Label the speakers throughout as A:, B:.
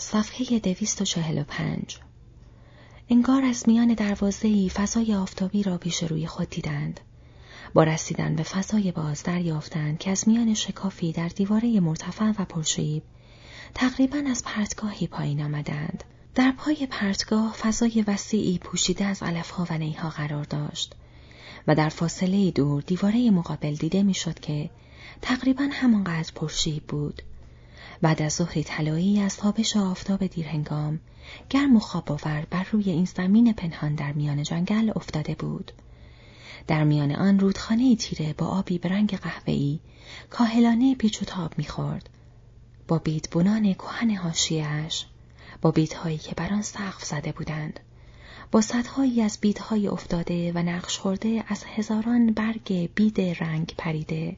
A: صفحه 245. انگار از میان دروازه‌ای فضای آفتابی را پیش روی خود دیدند. با رسیدن به فضای باز دریافتند که از میان شکافی در دیواره مرتفع و پرشیب تقریباً از پرتگاهی پایین آمدند. در پای پرتگاه فضای وسیعی پوشیده از علف‌ها و نی‌ها قرار داشت و در فاصله دور دیواره مقابل دیده می‌شد که تقریباً همانقدر پرشیب بود. بعد از ظهری طلایی از تابش آفتاب دیرهنگام گرم و خواب‌آور بر روی این زمین پنهان در میان جنگل افتاده بود. در میان آن رودخانه‌ای تیره با آبی به رنگ قهوه‌ای کاهلانه پیچ و تاب می‌خورد، با بیدبنان کهن حاشیه‌اش، با بیدهایی که بر آن سقف زده بودند، با صدهایی از بیدهای افتاده و نقش خورده از هزاران برگ بید رنگ پریده.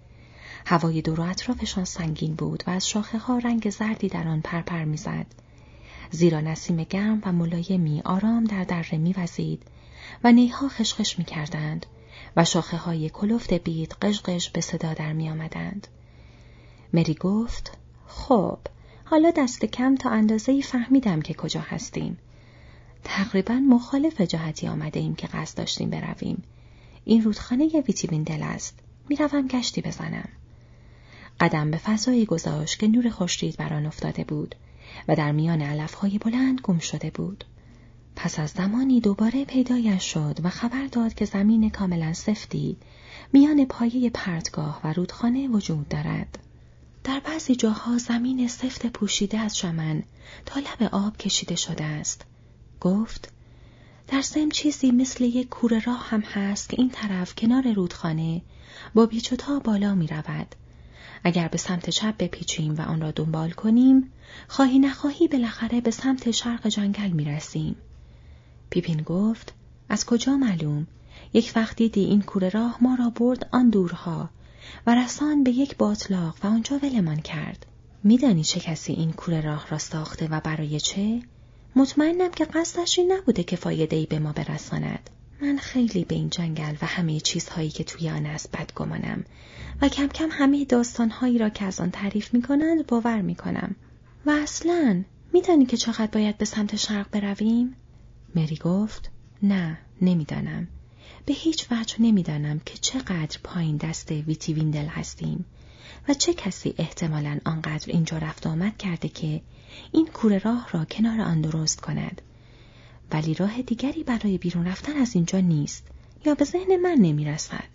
A: هوای دور و اطرافشان سنگین بود و از شاخه‌ها رنگ زردی در آن پرپر می‌زد، زیرا نسیم گرم و ملایمی آرام در دره می‌وزید و نی‌ها خشخش می‌کردند و شاخه‌های کلفت بید قشقش به صدا در می‌آمدند. مری گفت: خب، حالا دست کم تا اندازه‌ای فهمیدم که کجا هستیم. تقریباً مخالف جهتی آمده ایم که قصد داشتیم برویم. این رودخانه ویتی ویندل است. می‌روم گشتی بزنم. قدم به فضایی گذاشت که نور خورشید بر آن افتاده بود و در میان علف‌های بلند گم شده بود. پس از زمانی دوباره پیدایش شد و خبر داد که زمین کاملا سفتی میان پایه پرتگاه و رودخانه وجود دارد. در بعضی جاها زمین سفت پوشیده از چمن تا لب آب کشیده شده است. گفت: در ضمن چیزی مثل یک کوره راه هم هست که این طرف کنار رودخانه با پیچ و تاب بالا می رود. اگر به سمت چپ بپیچیم و آن را دنبال کنیم، خواهی نخواهی بالاخره به سمت شرق جنگل می رسیم. پیپین گفت: از کجا معلوم؟ یک وقت دیدی این کوره راه ما را برد آن دورها و رسان به یک باطلاق و آنجا ولمان کرد. میدانی چه کسی این کوره راه را ساخته و برای چه؟ مطمئنم که قصدش این نبوده که فایده‌ای به ما برساند. من خیلی به این جنگل و همه چیزهایی که توی آن است بدگمانم و کم کم همه داستانهایی را که از آن تعریف می‌کنند باور می‌کنم. و اصلاً میدانی که چقدر باید به سمت شرق برویم؟ مری گفت: نه، نمیدانم. به هیچ وجه نمیدانم که چقدر پایین دست ویتی ویندل هستیم و چه کسی احتمالاً آنقدر اینجا رفت آمد کرده که این کوره راه را کنار آن درست کند. ولی راه دیگری برای بیرون رفتن از اینجا نیست یا به ذهن من نمیرسد.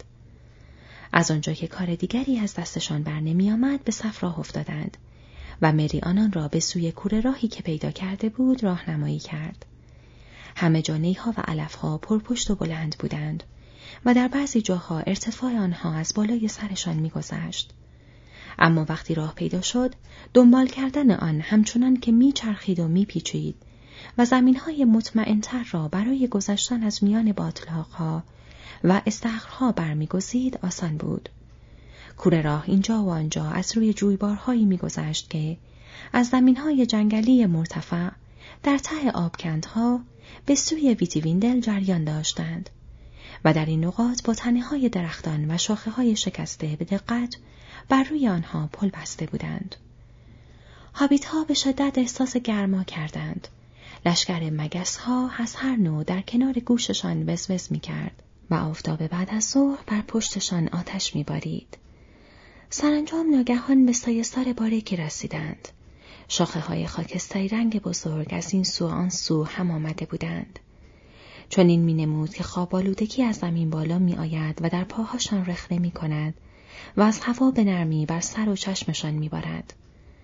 A: از آنجا که کار دیگری از دستشان بر نمی آمد به صف راه افتادند و مری آنان را به سوی کوره راهی که پیدا کرده بود راهنمایی کرد. همه جا نی‌ها و علف‌ها پرپشت و بلند بودند و در بعضی جاها ارتفاع آنها از بالای سرشان می‌گذشت. اما وقتی راه پیدا شد، دنبال کردن آن همچنان که می‌چرخید و می‌پیچید و زمین‌های مطمئن‌تر را برای گذشتن از میان باطلاق‌ها و استخرها برمی‌گزید آسان بود. کوره راه اینجا و آنجا از روی جویبارهایی می‌گذشت که از زمین‌های جنگلی مرتفع در ته آبکندها به سوی ویتی ویندل جریان داشتند و در این نقاط با تنه‌های درختان و شاخه‌های شکسته به دقت بر روی آنها پل بسته بودند. هابیت‌ها به شدت احساس گرما کردند. لشکر مگس‌ها از هر نوع در کنار گوششان وزوز می‌کرد و آفتاب بعد از ظهر بر پشتشان آتش می‌بارید. سرانجام ناگهان به سایه‌سار باریکی رسیدند. شاخه‌های خاکستری رنگ بزرگ از این سو آن سو هم آمده بودند. چون این می‌نمود که خواب‌آلودگی از زمین بالا می‌آید و در پاهاشان رخنه می‌کند و از هوا به نرمی بر سر و چشمشان می‌بارد.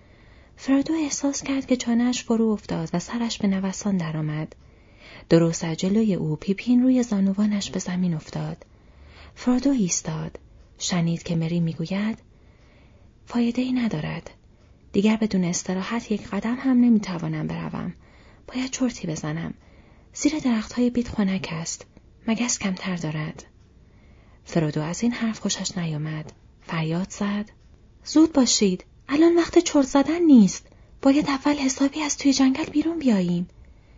A: فردو احساس کرد که چانه‌اش فرو افتاد و سرش به نوسان درآمد. درست از جلوی او پیپین روی زانوانش به زمین افتاد. فردو ایستاد. شنید که مری می‌گوید: فایده‌ای ندارد. دیگر بدون استراحت یک قدم هم نمی‌توانم بروم. باید چرتی بزنم. زیر درخت‌های بید خنک است. مگس کمتر دارد. فرودو از این حرف خوشش نیامد. فریاد زد: زود باشید. الان وقت چرت زدن نیست. باید اول حسابی از توی جنگل بیرون بیاییم.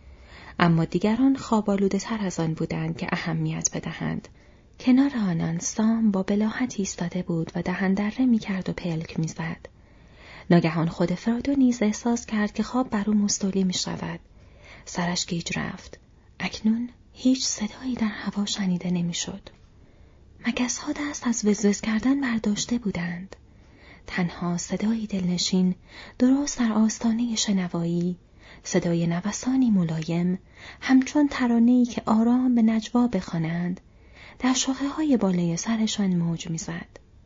A: اما دیگران خواب‌آلوده‌تر از آن بودند که اهمیت بدهند. کنار آنان سام با بلاهت ایستاده بود و دهن دره می‌کرد و پلک می‌زد. ناگهان خود فرودو نیز احساس کرد که خواب بر او مستولی می شود. سرش گیج رفت. اکنون هیچ صدایی در هوا شنیده نمی شد. مگس‌ها دست از وزوز کردن برداشته بودند. تنها صدایی دلنشین درست در آستانه شنوایی، صدای نوسانی ملایم، همچون ترانه‌ای که آرام به نجوا بخوانند، در شاخه‌های بالای سرشان موج می‌زد.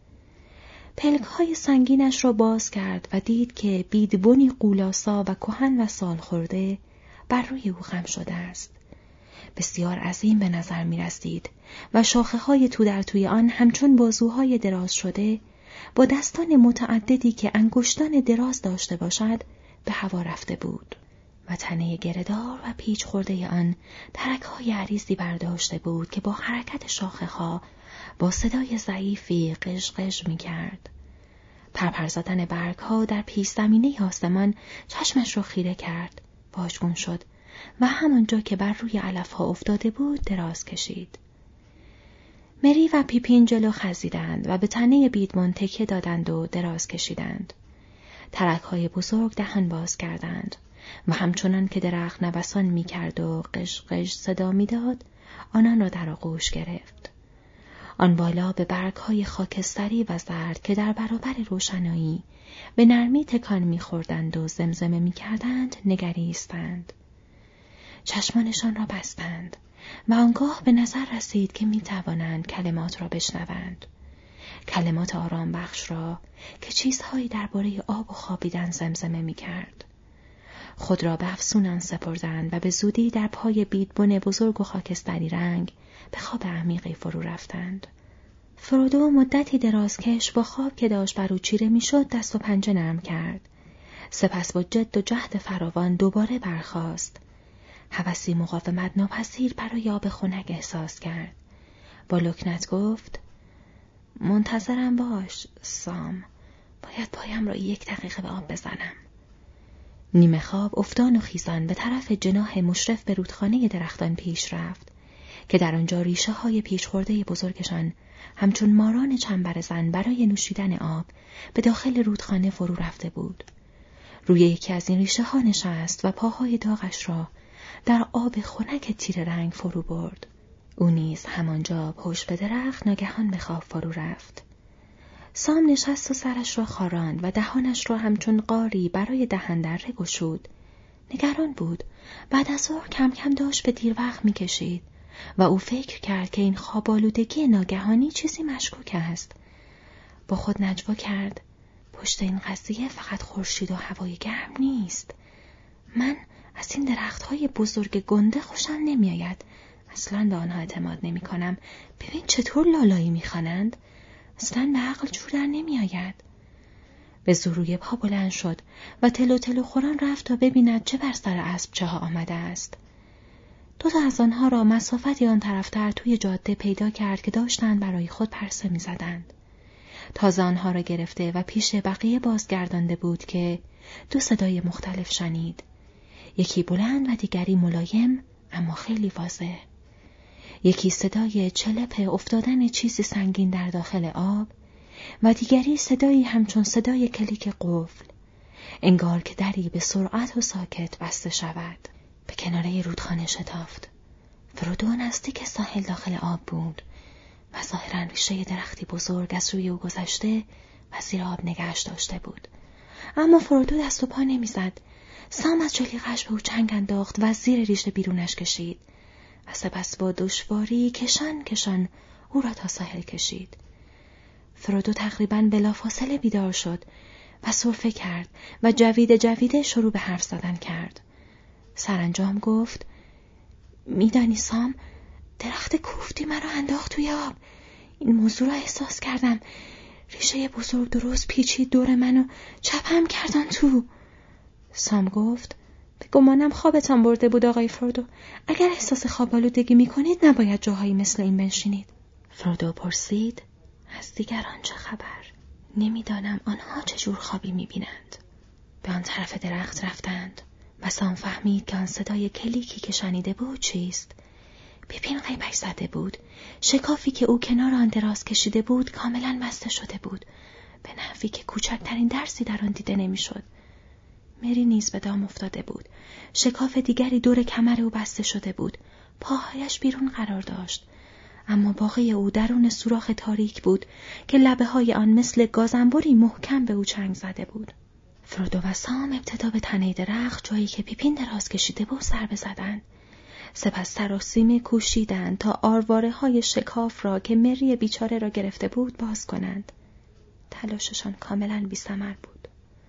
A: پلک‌های سنگینش را باز کرد و دید که بیدبنی قولاسا و کهن و سال خورده بر روی او خم شده است. بسیار عظیم به نظر می‌رسید و شاخه‌های تو در توی آن همچون بازوهای دراز شده با دستان متعددی که انگشتان دراز داشته باشد به هوا رفته بود و تنه گردار و پیچ خورده آن ترک‌های عریضی برداشته بود که با حرکت شاخه‌ها با صدای ضعیفی قش قش می‌کرد. پرپر زدن برگ‌ها در پیش زمینه آسمان چشمش را خیره کرد، واژگون شد و همانجا که بر روی علف‌ها افتاده بود دراز کشید. مری و پیپین جلو خزیدند و به تنه بیدمون تکیه دادند و دراز کشیدند. ترک‌های بزرگ دهان باز کردند و همچنان که درخت نوسان می‌کرد و قش قش صدا می‌داد، آنان را در آغوش گرفت. آن بالا به برگ‌های خاکستری و زرد که در برابر روشنایی به نرمی تکان می‌خوردند و زمزمه می‌کردند نگریستند. چشمانشان را بستند و آنگاه به نظر رسید که می‌توانند کلمات را بشنوند. کلمات آرام بخش را که چیزهایی درباره آب و خوابیدن زمزمه می‌کرد. خود را به افسونان سپردند و به زودی در پای بیدبن بزرگ و خاکستری رنگ به خواب عمیقی فرو رفتند. فرودو مدتی درازکش با خواب که داشت بر او چیره می‌شد دست و پنجه نرم کرد. سپس با جد و جهد فراوان دوباره برخاست. هوسی مقاومت ناپذیر برای آب خنک احساس کرد. با لکنت گفت: منتظرم باش، سام. باید پایم را 1 دقیقه به آب بزنم. نیمه خواب افتان و خیزان به طرف جناح مشرف به رودخانه درختان پیش رفت که در آنجا ریشه های پیچ خورده بزرگشان همچون ماران چنبر زن برای نوشیدن آب به داخل رودخانه فرو رفته بود. روی یکی از این ریشه ها نشست و پاهای داغش را در آب خنک تیره رنگ فرو برد. او نیز همانجا پشت به درخت ناگهان به خواب فرو رفت. سام نشست و سرش را خاراند و دهانش را همچون قاری برای دهندره گشود. نگران بود. بعد از ظهر کم کم داشت به دیر وقت می‌کشید و او فکر کرد که این خواب آلودگی ناگهانی چیزی مشکوک است. با خود نجوا کرد: پشت این قضیه فقط خورشید و هوای گرم نیست. من از این درخت‌های بزرگ گنده خوشم نمی‌آید. اصلاً به آنها اعتماد نمی‌کنم. ببین چطور لالایی می‌خوانند. اصلاً به عقل جور در نمی‌آید. به زور روی پا بلند شد و تلو تلو خوران رفت تا ببیند چه بر سر اسب چه ها آمده است. 2 از آنها را مسافتی آن طرفتر توی جاده پیدا کرد که داشتند برای خود پرسه می‌زدند. تازه آنها را گرفته و پیش بقیه بازگردانده بود که 2 صدای مختلف شنید. یکی بلند و دیگری ملایم اما خیلی واضح. یکی صدای چلپ افتادن چیزی سنگین در داخل آب و دیگری صدایی همچون صدای کلیک قفل، انگار که دری به سرعت و ساکت بسته شود. به کناره رودخانه شتافت. فرودو نزدیک ساحل داخل آب بود و ظاهراً ریشه درختی بزرگ از روی او گذشته و زیر آب نگهش داشته بود. اما فرودو دست و پا نمی‌زد. سام از جلیقه‌اش به او چنگ انداخت و زیر ریشه بیرونش کشید و سپس با دشواری کشان او را تا ساحل کشید. فرودو تقریباً بلافاصله بیدار شد و سرفه کرد و جویده شروع به حرف زدن کرد. سرانجام گفت: میدانی سام، درخت کوفتی مرا انداخت توی آب. این موضوع را احساس کردم. ریشه بزرگ درست پیچید دور من و چپم کردن تو. سام گفت: به گمانم خوابتان برده بود آقای فرودو. اگر احساس خواب آلودگی میکنید نباید جاهایی مثل این بنشینید. فرودو پرسید: از دیگران چه خبر؟ نمیدانم آنها چه جور خوابی میبینند. به آن طرف درخت رفتند و سام فهمید که آن صدای کلیکی که شنیده بود چیست. ببین غیبش زده بود. شکافی که او کنار آن دراز کشیده بود کاملا بسته شده بود. به نحوی که کوچکترین درسی در آن دیده نمی‌شد. مری نیز به دام افتاده بود. شکاف دیگری دور کمر او بسته شده بود. پاهایش بیرون قرار داشت. اما باقی او درون سوراخ تاریک بود که لبه‌های آن مثل گازنبری محکم به او چنگ زده بود. فرودو و سام ابتدا به تنه درخت، جایی که پیپین دراز کشیده بود، ضربه زدند. سپس سراسیمه کوشیدند تا آرواره‌های شکاف را که مری بیچاره را گرفته بود باز کنند. تلاششان کاملاً بی‌ثمر بود.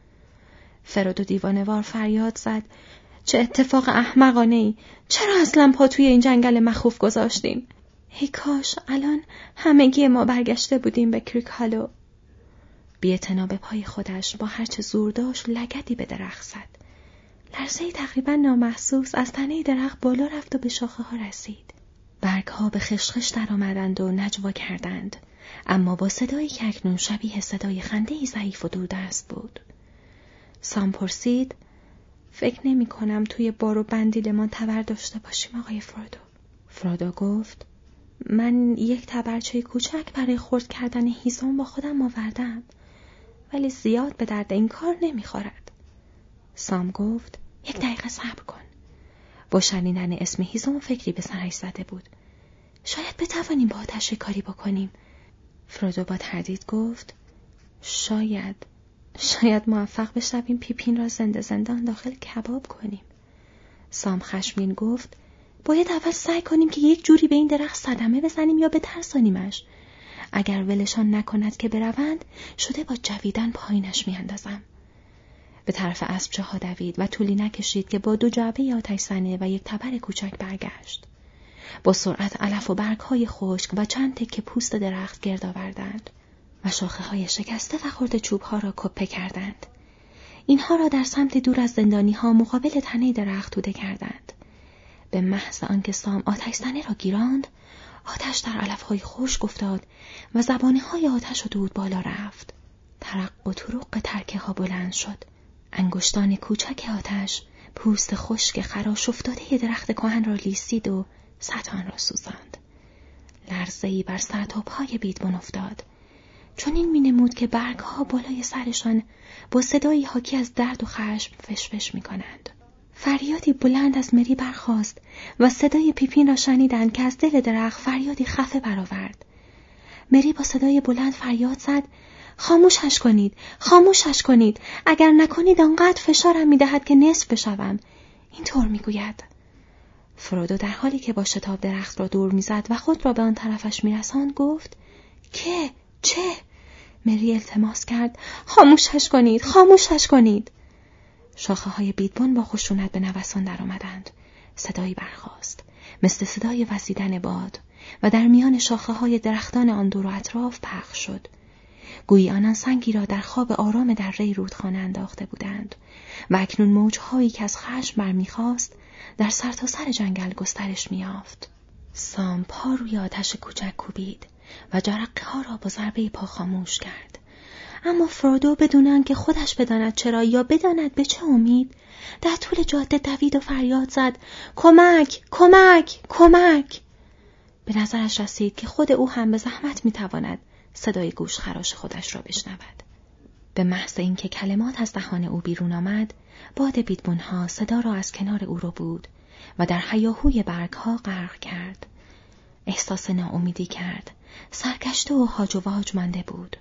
A: فرودو دیوانه‌وار فریاد زد: چه اتفاق احمقانه‌ای! چرا اصلاً پا توی این جنگل مخوف گذاشتیم؟ ای کاش الان همگی ما برگشته بودیم به کریک هالو. بی‌اعتنا به پای خودش با هرچه زور داشت لگدی به درخت زد. لرزه‌ای تقریباً نامحسوس از تنه درخت بالا رفت و به شاخه‌ها رسید. برگ‌ها به خشخش درآمدند و نجوا کردند، اما با صدایی که اکنون شبیه صدای خنده‌ای ضعیف و دوردست بود. سام پرسید: فکر نمی‌کنم توی بار و بندیلمان تبر داشته باشیم آقای فرودو. فرودو گفت: من یک تبرچه کوچک برای خرد کردن هیزم با خودم آوردم، ولی زیاد به درد این کار نمیخورد. سام گفت: 1 دقیقه صبر کن. با شنیدن اسم هیزم فکری به سرش زده بود. شاید بتوانیم با آتش کاری بکنیم. فرودو با تردید گفت: شاید موفق بشویم پیپین را زنده زندان داخل کباب کنیم. سام خشمگین گفت: باید اول سعی کنیم که یک جوری به این درخت صدمه بزنیم یا بترسانیمش. اگر ولشان نکند که بروند، شده با جویدن پایینش میاندازم. به طرف اسبچه ها دوید و طولی نکشید که با 2 جعبه آتش زنه و 1 تبر کوچک برگشت. با سرعت علف و برگ‌های خشک و چند تکه پوست درخت گرد آوردند و شاخه‌های شکسته و خرد چوب‌ها را کپه کردند. اینها را در سمت دور از زندانی‌ها مقابل تنه درخت توده کردند. به محض آنکه سام آتش زنه را گیراند، آتش در علف‌های خشک افتاد و زبانه‌های آتش و دود بالا رفت. ترق و تروق ترکه ها بلند شد. انگشتان کوچک آتش پوست خشک خراش افتاده درخت کهن را لیسید و سطح آن را سوزاند. لرزه‌ای بر سرتاپ‌های بیدبون افتاد. چون این می‌نمود که برگ‌ها بالای سرشان با صدایی حاکی از درد و خشم فشفش می‌کنند. فریادی بلند از مری برخاست و صدای پیپین را شنیدند که از دل درخت فریادی خفه برآورد. مری با صدای بلند فریاد زد: خاموشش کنید! خاموشش کنید! اگر نکنید آنقدر فشارم می‌دهد که نصف بشوم. اینطور می‌گوید. فرودو در حالی که با شتاب درخت را دور می‌زد و خود را به آن طرفش می‌رساند گفت: که؟ چه؟ مری التماس کرد: خاموشش کنید! خاموشش کنید! شاخه‌های بیدبون با خشونت به نوسان درآمدند. صدایی برخاست مثل صدای وزیدن باد و در میان شاخه‌های درختان آن دور و اطراف پخش شد. گویی آنان سنگی را در خواب آرام دره رودخانه انداخته بودند و اکنون موج‌هایی که از خشم برمیخاست در سرتاسر جنگل گسترش می‌یافت. سام پا روی آتش کوچک کوبید و جرقه‌ها را با ضربه پا خاموش کرد. اما فرودو بدون آنکه خودش بداند چرا یا بداند به چه امید، در طول جاده دوید و فریاد زد: کمک! کمک! کمک! به نظرش رسید که خود او هم به زحمت می‌تواند صدای گوش خراش خودش را بشنود. به محض اینکه کلمات از دهان او بیرون آمد، باد بیدبون‌ها صدا را از کنار او رو بود و در هیاهوی برگ‌ها غرق کرد. احساس ناامیدی کرد. سرگشته و هاج و واج مانده بود.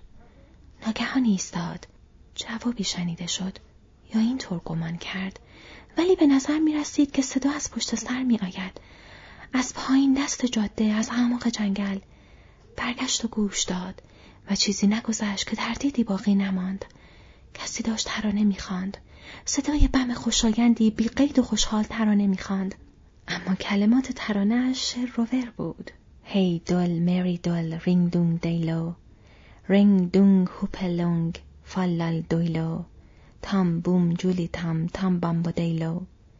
A: ناگهان ایستاد. جوابی شنیده شد یا اینطور گمان کرد، ولی به نظر می رسید که صدا از پشت سر می آید. از پایین دست جاده، از اعماق جنگل. برگشت و گوش داد و چیزی نگذشت که تردیدی باقی نماند. کسی داشت ترانه می خواند. صدای بم خوشایندی بی قید و خوشحال ترانه می خواند. اما کلمات ترانه‌اش شعر و ور بود. هی دل مری دل رینگ دونگ دیلو، رینگ دونگ هوپلونگ فالال دویلو، تام بوم جولی تام تام بامبو دیلو.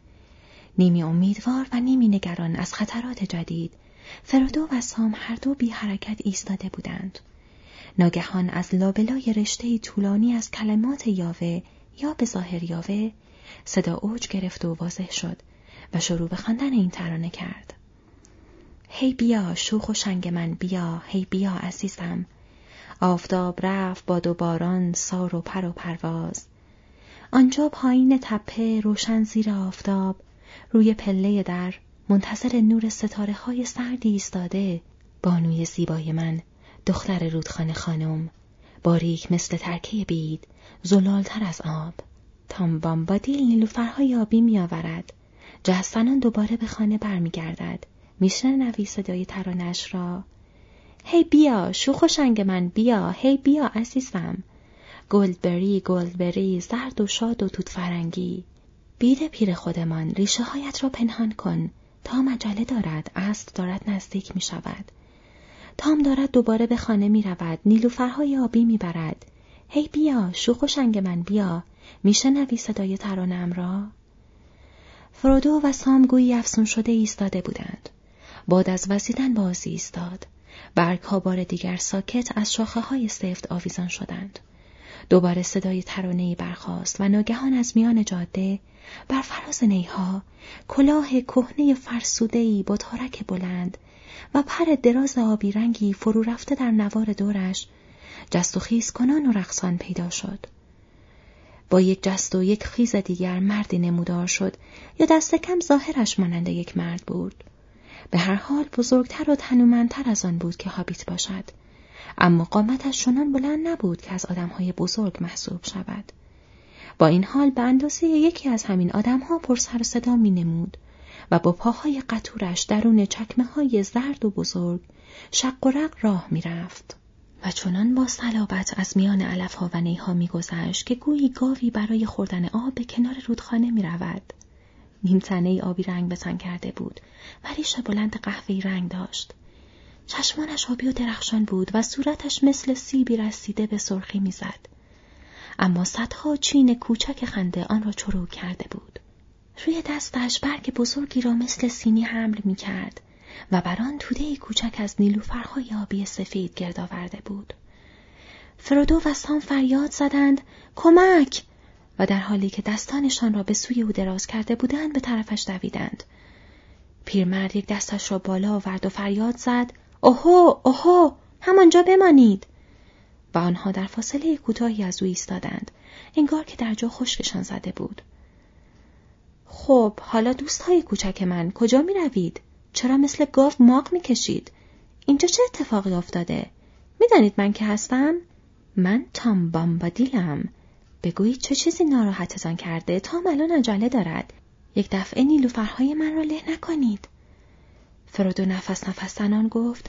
A: نیمی امیدوار و نیمی نگران از خطرات جدید، فرودو و سام هر دو بی حرکت ایستاده بودند. ناگهان از لابلای رشته طولانی از کلمات یاوه یا به ظاهر یاوه صدا اوج گرفت و واضح شد و شروع به خواندن این ترانه کرد. هی بیا شوخ و شنگ من بیا، هی بیا عزیزم، آفتاب رفت با 2 باران سار و پر و پرواز. آنجا پایین تپه روشن زیر آفتاب روی پله در منتظر نور ستاره‌های سردی ایستاده بانوی زیبای من، دختر رودخانه خانم، باریک مثل ترکه بید، زلالتر از آب. تام بامبادیل نیلوفرهای آبی می آورد. جهستنان دوباره به خانه برمیگردد. میشنوی صدای ترانه‌اش را. هی بیا شوخ و شنگ من بیا، هی بیا عزیزم. گلدبری گلدبری، زرد و شاد و توت فرنگی. بید پیر خودمان، ریشه هایت را پنهان کن. تام عجله دارد، عصر دارد نزدیک می شود. تام دارد دوباره به خانه می رود، نیلوفرهای آبی می برد. هی بیا شوخ و شنگ من بیا، میشنوی صدای ترانه‌ام را؟ فرودو و سام گویی افسون شده ایستاده بودند. باد از وزیدن باز ایستاد. برگ‌ها بار دیگر ساکت از شاخه‌های سفت آویزان شدند. دوباره صدای ترانه‌ای برخاست و ناگهان از میان جاده بر فراز نیها کلاه کهنه فرسوده‌ای با تارک بلند و پر دراز آبی رنگی فرو رفته در نوار دورش جست و خیز کنان و رقصان پیدا شد. با یک جست و یک خیز دیگر مردی نمودار شد یا دست کم ظاهرش مانند یک مرد بود. به هر حال بزرگتر و تنومندتر از آن بود که هابیت باشد، اما قامتش چنان بلند نبود که از آدمهای بزرگ محسوب شود. با این حال به اندازه یکی از همین آدمها پر سر و صدا می نمود و با پاهای قطورش درون چکمه‌های زرد و بزرگ شق و رق راه می رفت و چنان با صلابت از میان علف‌ها و نیها می گذشت که گویی گاوی برای خوردن آب به کنار رودخانه می رود. نیم تنه آبی رنگ به تن کرده بود و ریش بلند قهوه‌ای رنگ داشت. چشمانش آبی و درخشان بود و صورتش مثل سیبی رسیده به سرخی می زد. اما صدها چین کوچک خنده آن را چروک کرده بود. روی دستش برگ بزرگی را مثل سینی حمل می کرد و بر آن توده‌ای کوچک از نیلوفرهای آبی سفید گرد آورده بود. فرودو و سام فریاد زدند کمک! و در حالی که دستانشان را به سوی او دراز کرده بودند به طرفش دویدند. پیرمرد یک دستش را بالا آورد و فریاد زد اوهو اوهو، همانجا بمانید. و آنها در فاصله کوتاهی از او ایستادند، انگار که در جا خشکشان زده بود. خب حالا دوستهای کوچک من کجا می روید؟ چرا مثل گاو ماغ می کشید؟ اینجا چه اتفاقی افتاده؟ می دانید من که هستم؟ من تام بامبادیلم. بگویید چه چیزی ناراحتتان کرده؟ تام الان عجله دارد. یک دفعه نیلوفرهای من را له نکنید. فرودو نفس نفس زنان گفت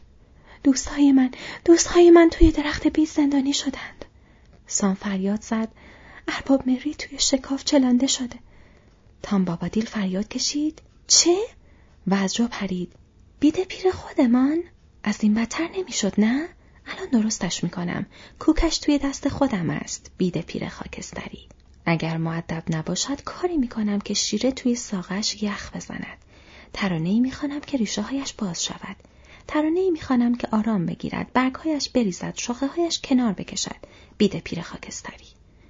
A: دوستهای من توی درخت بید زندانی شدند. سام فریاد زد ارباب مری توی شکاف چلانده شده. تام بامبادیل فریاد کشید چه؟ و از جا پرید. بید پیر خودمان؟ از این بدتر نمیشد نه؟ الان درستش میکنم. کوکش توی دست خودم است. بید پیر خاکستری. اگر مؤدب نباشد کاری میکنم که شیره توی ساقش یخ بزند. ترانه‌ای میخوانم که ریشه هایش باز شود. ترانه‌ای میخوانم که آرام بگیرد، برگهایش بریزد، شاخه‌هایش کنار بکشد. بید پیر خاکستری.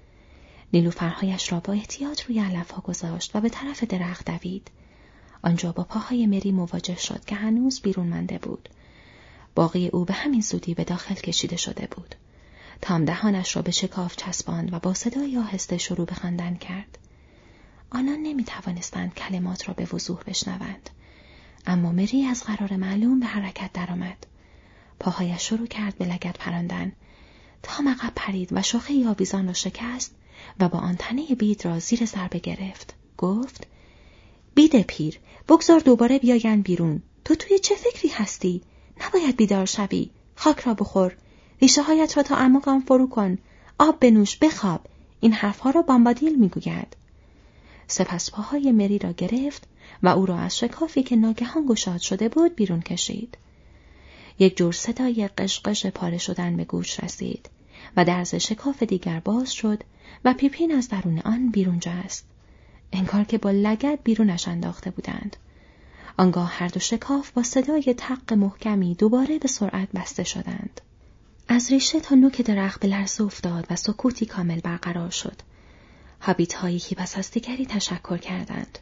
A: نیلوفرهایش را با احتیاط روی علف‌ها گذاشت و به طرف درخت دوید. آنجا با پاهای مری مواجه شد که هنوز بیرون مانده بود. باقی او به همین زودی به داخل کشیده شده بود. تام دهانش را به شکاف چسباند و با صدای آهسته شروع به خواندن کرد. آنان نمی‌توانستند کلمات را به وضوح بشنوند. اما مری از قرار معلوم به حرکت درآمد. پاهایش شروع کرد به لگد پراندن. تام عقب پرید و شاخه آویزان را شکست و با آن تنه بید را زیر ضربه گرفت. گفت بید پیر، بگذار دوباره بیاین بیرون. تو توی چه فکری هستی؟ نباید بیدار شوی. خاک را بخور. ریشه هایت را تا اعماق آن فرو کن. آب بنوش، بخواب. این حرفها را بامبادیل میگوید. سپس پاهای مری را گرفت و او را از شکافی که ناگهان گشاد شده بود بیرون کشید. یک جور صدای قشقش پاره شدن به گوش رسید و درز شکاف دیگر باز شد و پیپین از درون آن بیرون جست. انگار که با لگد بیرونش انداخته بودند. آنگاه هر دو شکاف با صدای تق محکمی دوباره به سرعت بسته شدند. از ریشه تا نوک درخت به لرزه افتاد و سکوتی کامل برقرار شد. هابیت ها یکی پس از دیگری تشکر کردند.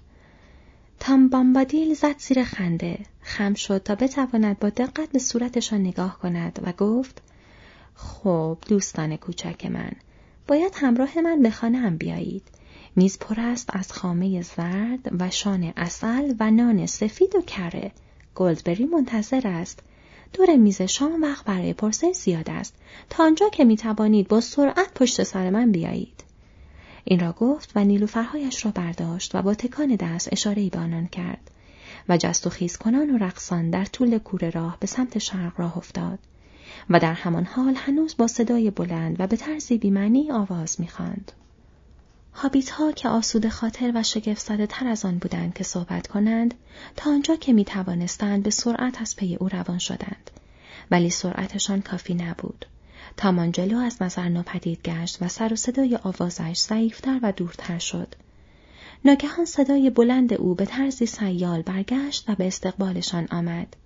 A: تام بامبادیل زد زیر خنده، خم شد تا بتواند با دقت به صورتشان نگاه کند و گفت خب دوستان کوچک من، باید همراه من به خانه‌ام بیایید. میز پر است از خامه زرد و شان عسل و نان سفید و کره. گلدبری منتظر است. دور میز شام وقت برای پرسش زیاد است. تا آنجا که می توانید با سرعت پشت سر من بیایید. این را گفت و نیلوفرهایش را برداشت و با تکان دست اشاره‌ای به آنان کرد و جست و خیز کنان و رقصان در طول کوره راه به سمت شرق راه افتاد و در همان حال هنوز با صدای بلند و به طرزی بی‌معنی آواز می‌خواند. هابیت‌ها که آسوده خاطر و شگفت زده تر از آن بودند که صحبت کنند، تا آنجا که می توانستند به سرعت از پی او روان شدند، ولی سرعتشان کافی نبود. تامانجلو از نظر ناپدید گشت و سر و صدای آوازش ضعیفتر و دورتر شد. ناگهان صدای بلند او به طرزی سیال برگشت و به استقبالشان آمد.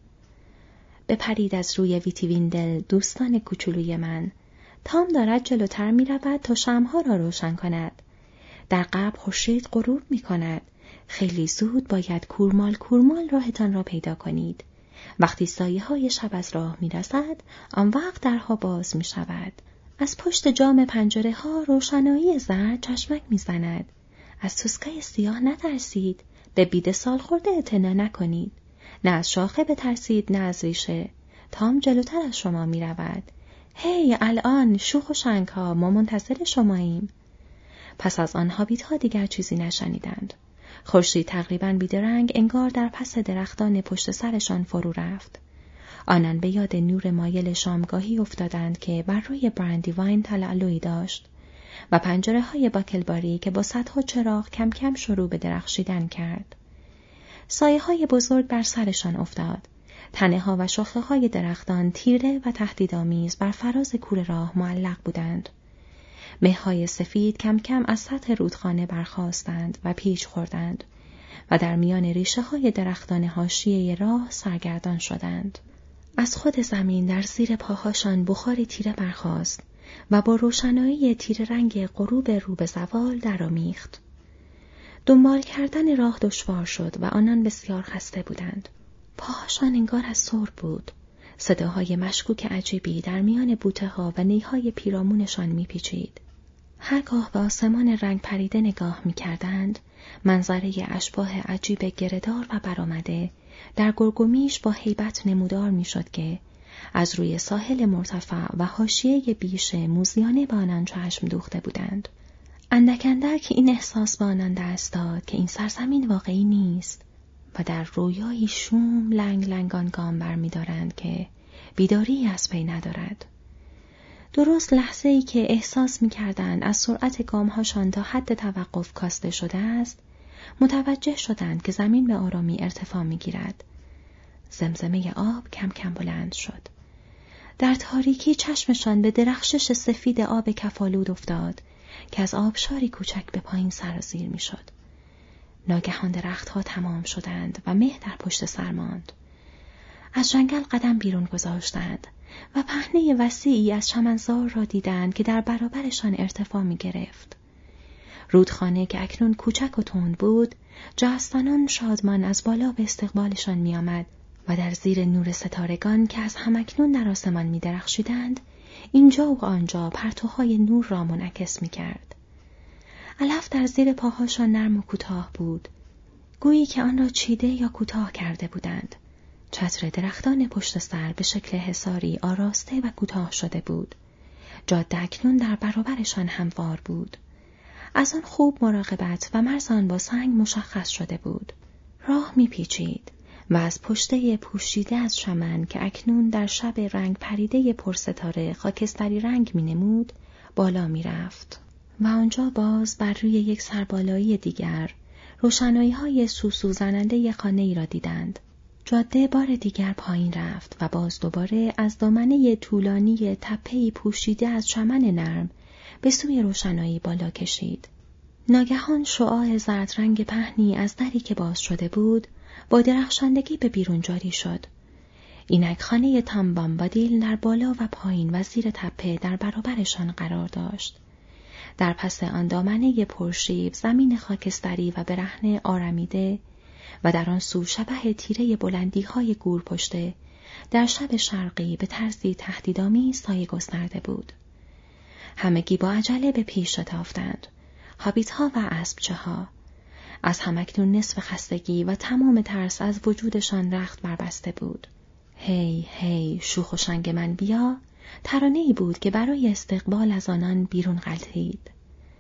A: بپرید از روی ویتی ویندل دوستان کوچولوی من. تام دارد جلوتر می رود تا شمع‌ها را روشن کند. در غرب خورشید غروب می کند. خیلی زود باید کورمال راهتان را پیدا کنید. وقتی سایه‌های شب از راه می رسد، آن وقت درها باز می شود. از پشت جام پنجره ها روشنایی زرد چشمک می زند. از سوسکای سیاه نترسید. به بید سال خورده اعتنا نکنید. نه از شاخه بترسید نه از ریشه. تام جلوتر از شما می رود. هی الان شوخ و شنگ ها، ما منتظر شماییم. پس از آن هابیت‌ها دیگر چیزی نشنیدند. خورشید تقریباً بیدرنگ انگار در پس درختان پشت سرشان فرو رفت. آنان به یاد نور مایل شامگاهی افتادند که بر روی برندیواین تلالویی داشت و پنجره‌های باکلباری که با صدها چراغ کم کم شروع به درخشیدن کرد. سایه‌های بزرگ بر سرشان افتاد. تنه‌ها و شاخه‌های درختان تیره و تهدیدآمیز بر فراز کوره راه معلق بودند. مه‌های سفید کم کم از سطح رودخانه برخاستند و پیچ خوردند و در میان ریشه‌های درختان حاشیه راه سرگردان شدند. از خود زمین در زیر پاهاشان بخاری تیره برخاست و با روشنایی تیره رنگ غروب رو به زوال درآمیخت. دنبال کردن راه دشوار شد و آنان بسیار خسته بودند. پاهاشان انگار از سرب بود. صداهای مشکوک عجیبی در میان بوته‌ها و نیهای پیرامونشان میپیچید. هرگاه به آسمان رنگ پریده نگاه می‌کردند، منظره اشباح عجیب گردار و برآمده در گرگومیش با هیبت نمودار می‌شد که از روی ساحل مرتفع و حاشیه بیش موزیانه به آنان چشم دوخته بودند. اندک اندک این احساس به آنان دست داد که این سرزمین واقعی نیست و در رویایی شوم لنگ لنگان گام برمی‌دارند که بیداری از پی ندارد. درست لحظه‌ای که احساس می‌کردند از سرعت گام‌هاشان تا حد توقف کاسته شده است، متوجه شدند که زمین به آرامی ارتفاع می‌گیرد. زمزمه آب کم کم بلند شد. در تاریکی چشمشان به درخشش سفید آب کفالود افتاد که از آبشاری کوچک به پایین سرازیر می‌شد. ناگهان درخت‌ها تمام شدند و مه در پشت سر ماند. از جنگل قدم بیرون گذاشتند و پهنه وسیعی از چمنزار را دیدند که در برابرشان ارتفاع می گرفت. رودخانه که اکنون کوچک و تند بود، جستانان شادمان از بالا به استقبالشان می آمد و در زیر نور ستارگان که از همکنون در آسمان می درخشیدند، اینجا و آنجا پرتوهای نور را منعکس می کرد. علف در زیر پاهاشان نرم و کوتاه بود، گویی که آن را چیده یا کوتاه کرده بودند. چتر درختان پشت سر به شکل حصاری آراسته و کوتاه شده بود. جاده اکنون در برابرشان هموار بود. از آن خوب مراقبت و مرز آن با سنگ مشخص شده بود. راه میپیچید و از پشته پوشیده از چمن که اکنون در شب رنگ پریده پرستاره خاکستری رنگ مینمود بالا میرفت و آنجا باز بر روی یک سربالایی دیگر روشنایی‌های سوسو زننده خانه‌ای را دیدند. جاده بار دیگر پایین رفت و باز دوباره از دامنه طولانی تپه‌ای پوشیده از چمن نرم به سوی روشنایی بالا کشید. ناگهان شعاع زرد رنگ پهنی از دری که باز شده بود با درخشندگی به بیرون جاری شد. اینک خانه تام بامبادیل در بالا و پایین و زیر تپه در برابرشان قرار داشت. در پس آن دامنه پرشیب زمین خاکستری و برهنه آرمیده و در آن سو شبح تیره بلندی‌های گورپشته در شب شرقی به طرزی تهدیدآمیز سایه گسترده بود. همگی با عجله به پیش شتافتند. هابیت‌ها و اسبچه‌ها. از همکنون نصف خستگی و تمام ترس از وجودشان رخت بربسته بود. هی هی شوخ و شنگ من بیا، ترانه‌ای بود که برای استقبال از آنان بیرون غلتید.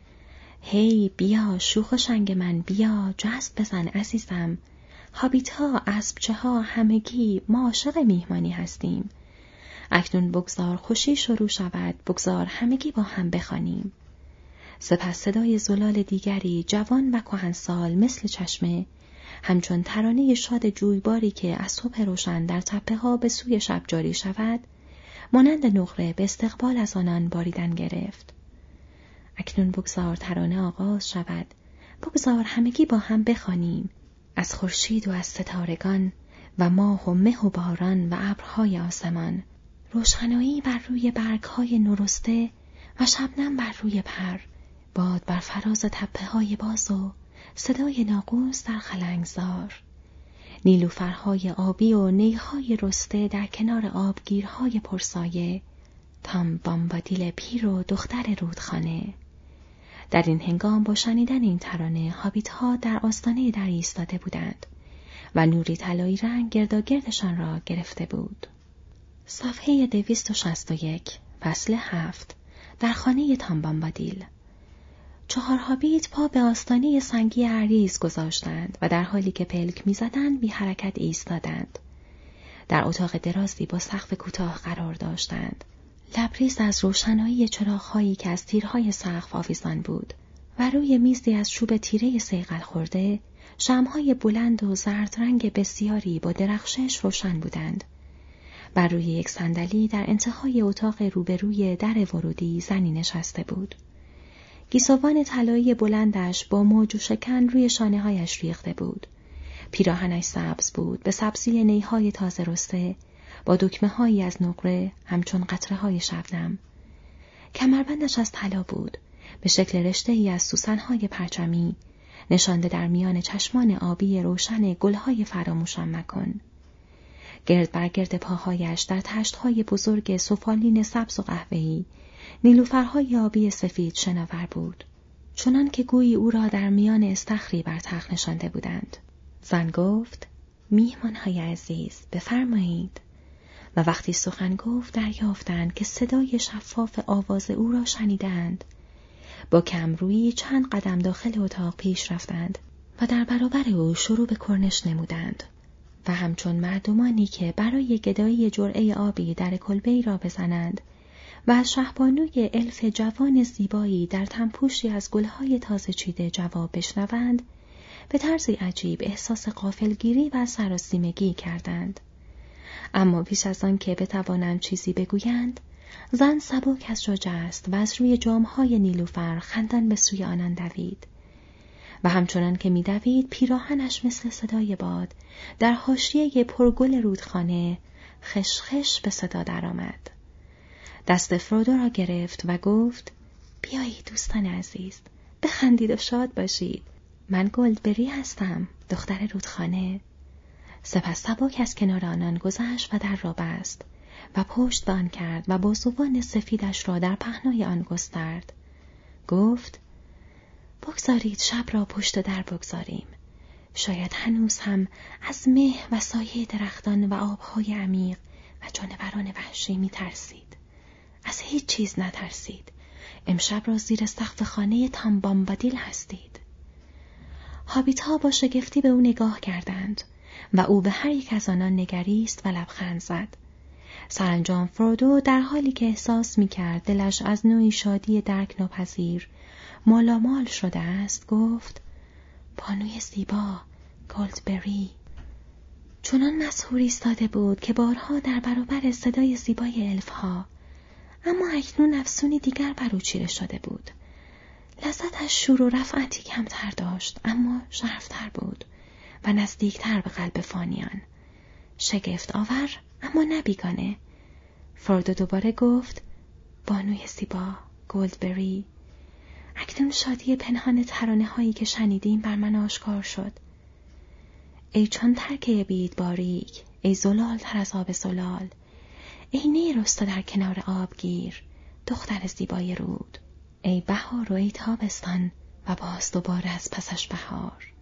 A: هی بیا شوخ و شنگ من بیا، جست بزن عزیزم. هابیت‌ها، اسبچه‌ها، همگی ما عاشق میهمانی هستیم. اکنون بگذار خوشی شروع شود، بگذار همگی با هم بخوانیم. سپس صدای زلال دیگری جوان و کهنسال مثل چشمه، همچون ترانه شاد جویباری که از صبح روشن در تپه‌ها به سوی شب جاری شود، مانند نقره به استقبال از آنان باریدن گرفت. اکنون بگذار ترانه آغاز شود، بگذار همگی با هم بخوانیم. از خورشید و از ستارگان و ماه و مه و باران و ابرهای آسمان، روشنایی بر روی برگ‌های نورسته و شبنم بر روی پر، باد بر فراز تپه‌های باز و صدای ناقوس در خلنگزار، نیلوفرهای آبی و نیهای رسته در کنار آبگیرهای پرسایه، تام بامبادیل پیر و دختر رودخانه. در این هنگام با شنیدن این ترانه هابیت‌ها در آستانه در ایستاده بودند و نوری طلایی رنگ گرداگردشان را گرفته بود. صفحه 261 فصل 7 در خانه تام بامبادیل. 4 هابیت پا به آستانه سنگی عریض گذاشتند و در حالی که پلک می‌زدند بی حرکت ایستادند. در اتاق درازی با سقف کوتاه قرار داشتند. لبریز از روشنایی چراغ‌هایی که از تیرهای سقف آویزان بود و روی میزی از چوب تیره صیقل خورده، شمع‌های بلند و زرد رنگ بسیاری با درخشش روشن بودند. بر روی یک صندلی در انتهای اتاق روبروی در ورودی زنی نشسته بود. گیسوان طلایی بلندش با موج و شکن روی شانه‌هایش ریخته بود. پیراهنش سبز بود، به سبزی نیهای تازه رسته، با دکمه‌هایی از نقره همچون قطره‌های شبنم. کمربندش از طلا بود، به شکل رشته‌ای از سوسن‌های پرچمی، نشانده در میان چشمان آبی روشن گل‌های فراموشم مکن. گرد بر گرد پاهایش در تشت‌های بزرگ سفالین سبز و قهوه‌ای، نیلوفرهای آبی سفید شناور بود، چنان که گویی او را در میان استخری بر تخت نشانده بودند. زن گفت: میهمان‌های عزیز، بفرمایید. و وقتی سخن گفت دریافتند که صدای شفاف آواز او را شنیدند. با کمرویی چند قدم داخل اتاق پیش رفتند و در برابر او شروع به کرنش نمودند و همچون مردمانی که برای گدایی جرعه آبی در کلبه‌ای را بزنند و از شهبانوی الف جوان زیبایی در تنپوشی از گلهای تازه چیده جواب بشنوند، به طرزی عجیب احساس غافلگیری و سراسیمگی کردند. اما پیش از آن که بتوانند چیزی بگویند، زن سبک از جا جست و از روی جامهای نیلوفر خندان به سوی آنان دوید و همچنان که می‌دوید پیراهنش مثل صدای باد در حاشیه پرگل رودخانه خشخش به صدا درآمد. دست فرودو را گرفت و گفت: بیایید دوستان عزیز، بخندید و شاد باشید. من گلدبری هستم، دختر رودخانه. سپس سبک از کنار آنان گذشت و در را بست و پشت به آن کرد و بازوان سفیدش را در پهنای آن گسترد. گفت: بگذارید شب را پشت در بگذاریم. شاید هنوز هم از مه و سایه درختان و آبهای عمیق و جانوران وحشی می ترسید. از هیچ چیز نترسید. امشب را زیر سقف خانه تام بامبادیل هستید. هابیت‌ها با شگفتی به او نگاه کردند و او به هر یک از آنان نگریست و لبخند زد. سرانجام فرودو در حالی که احساس می‌کرد دلش از نوعی شادی درک ناپذیر مالامال شده است گفت: بانوی زیبا، گلدبری. چنان مسحور ایستاده بود که بارها در برابر صدای زیبای الف‌ها، اما اکنون افسونی دیگر بر او چیره شده بود. لذتش شور و رفعتی کمتر داشت، اما ژرف‌تر بود و نزدیکتر به قلب فانیان. شگفت آور اما نبیگانه. فرودو دوباره گفت: بانوی زیبا، گلدبری. اکنون شادی پنهان ترانه هایی که شنیدیم بر من آشکار شد. ای چون ترکه بید باریک، ای زلال تر از آب زلال، ای نیرسته در کنار آبگیر، دختر زیبای رود، ای بهار و ای تابستان و باز دوباره از پسش بهار.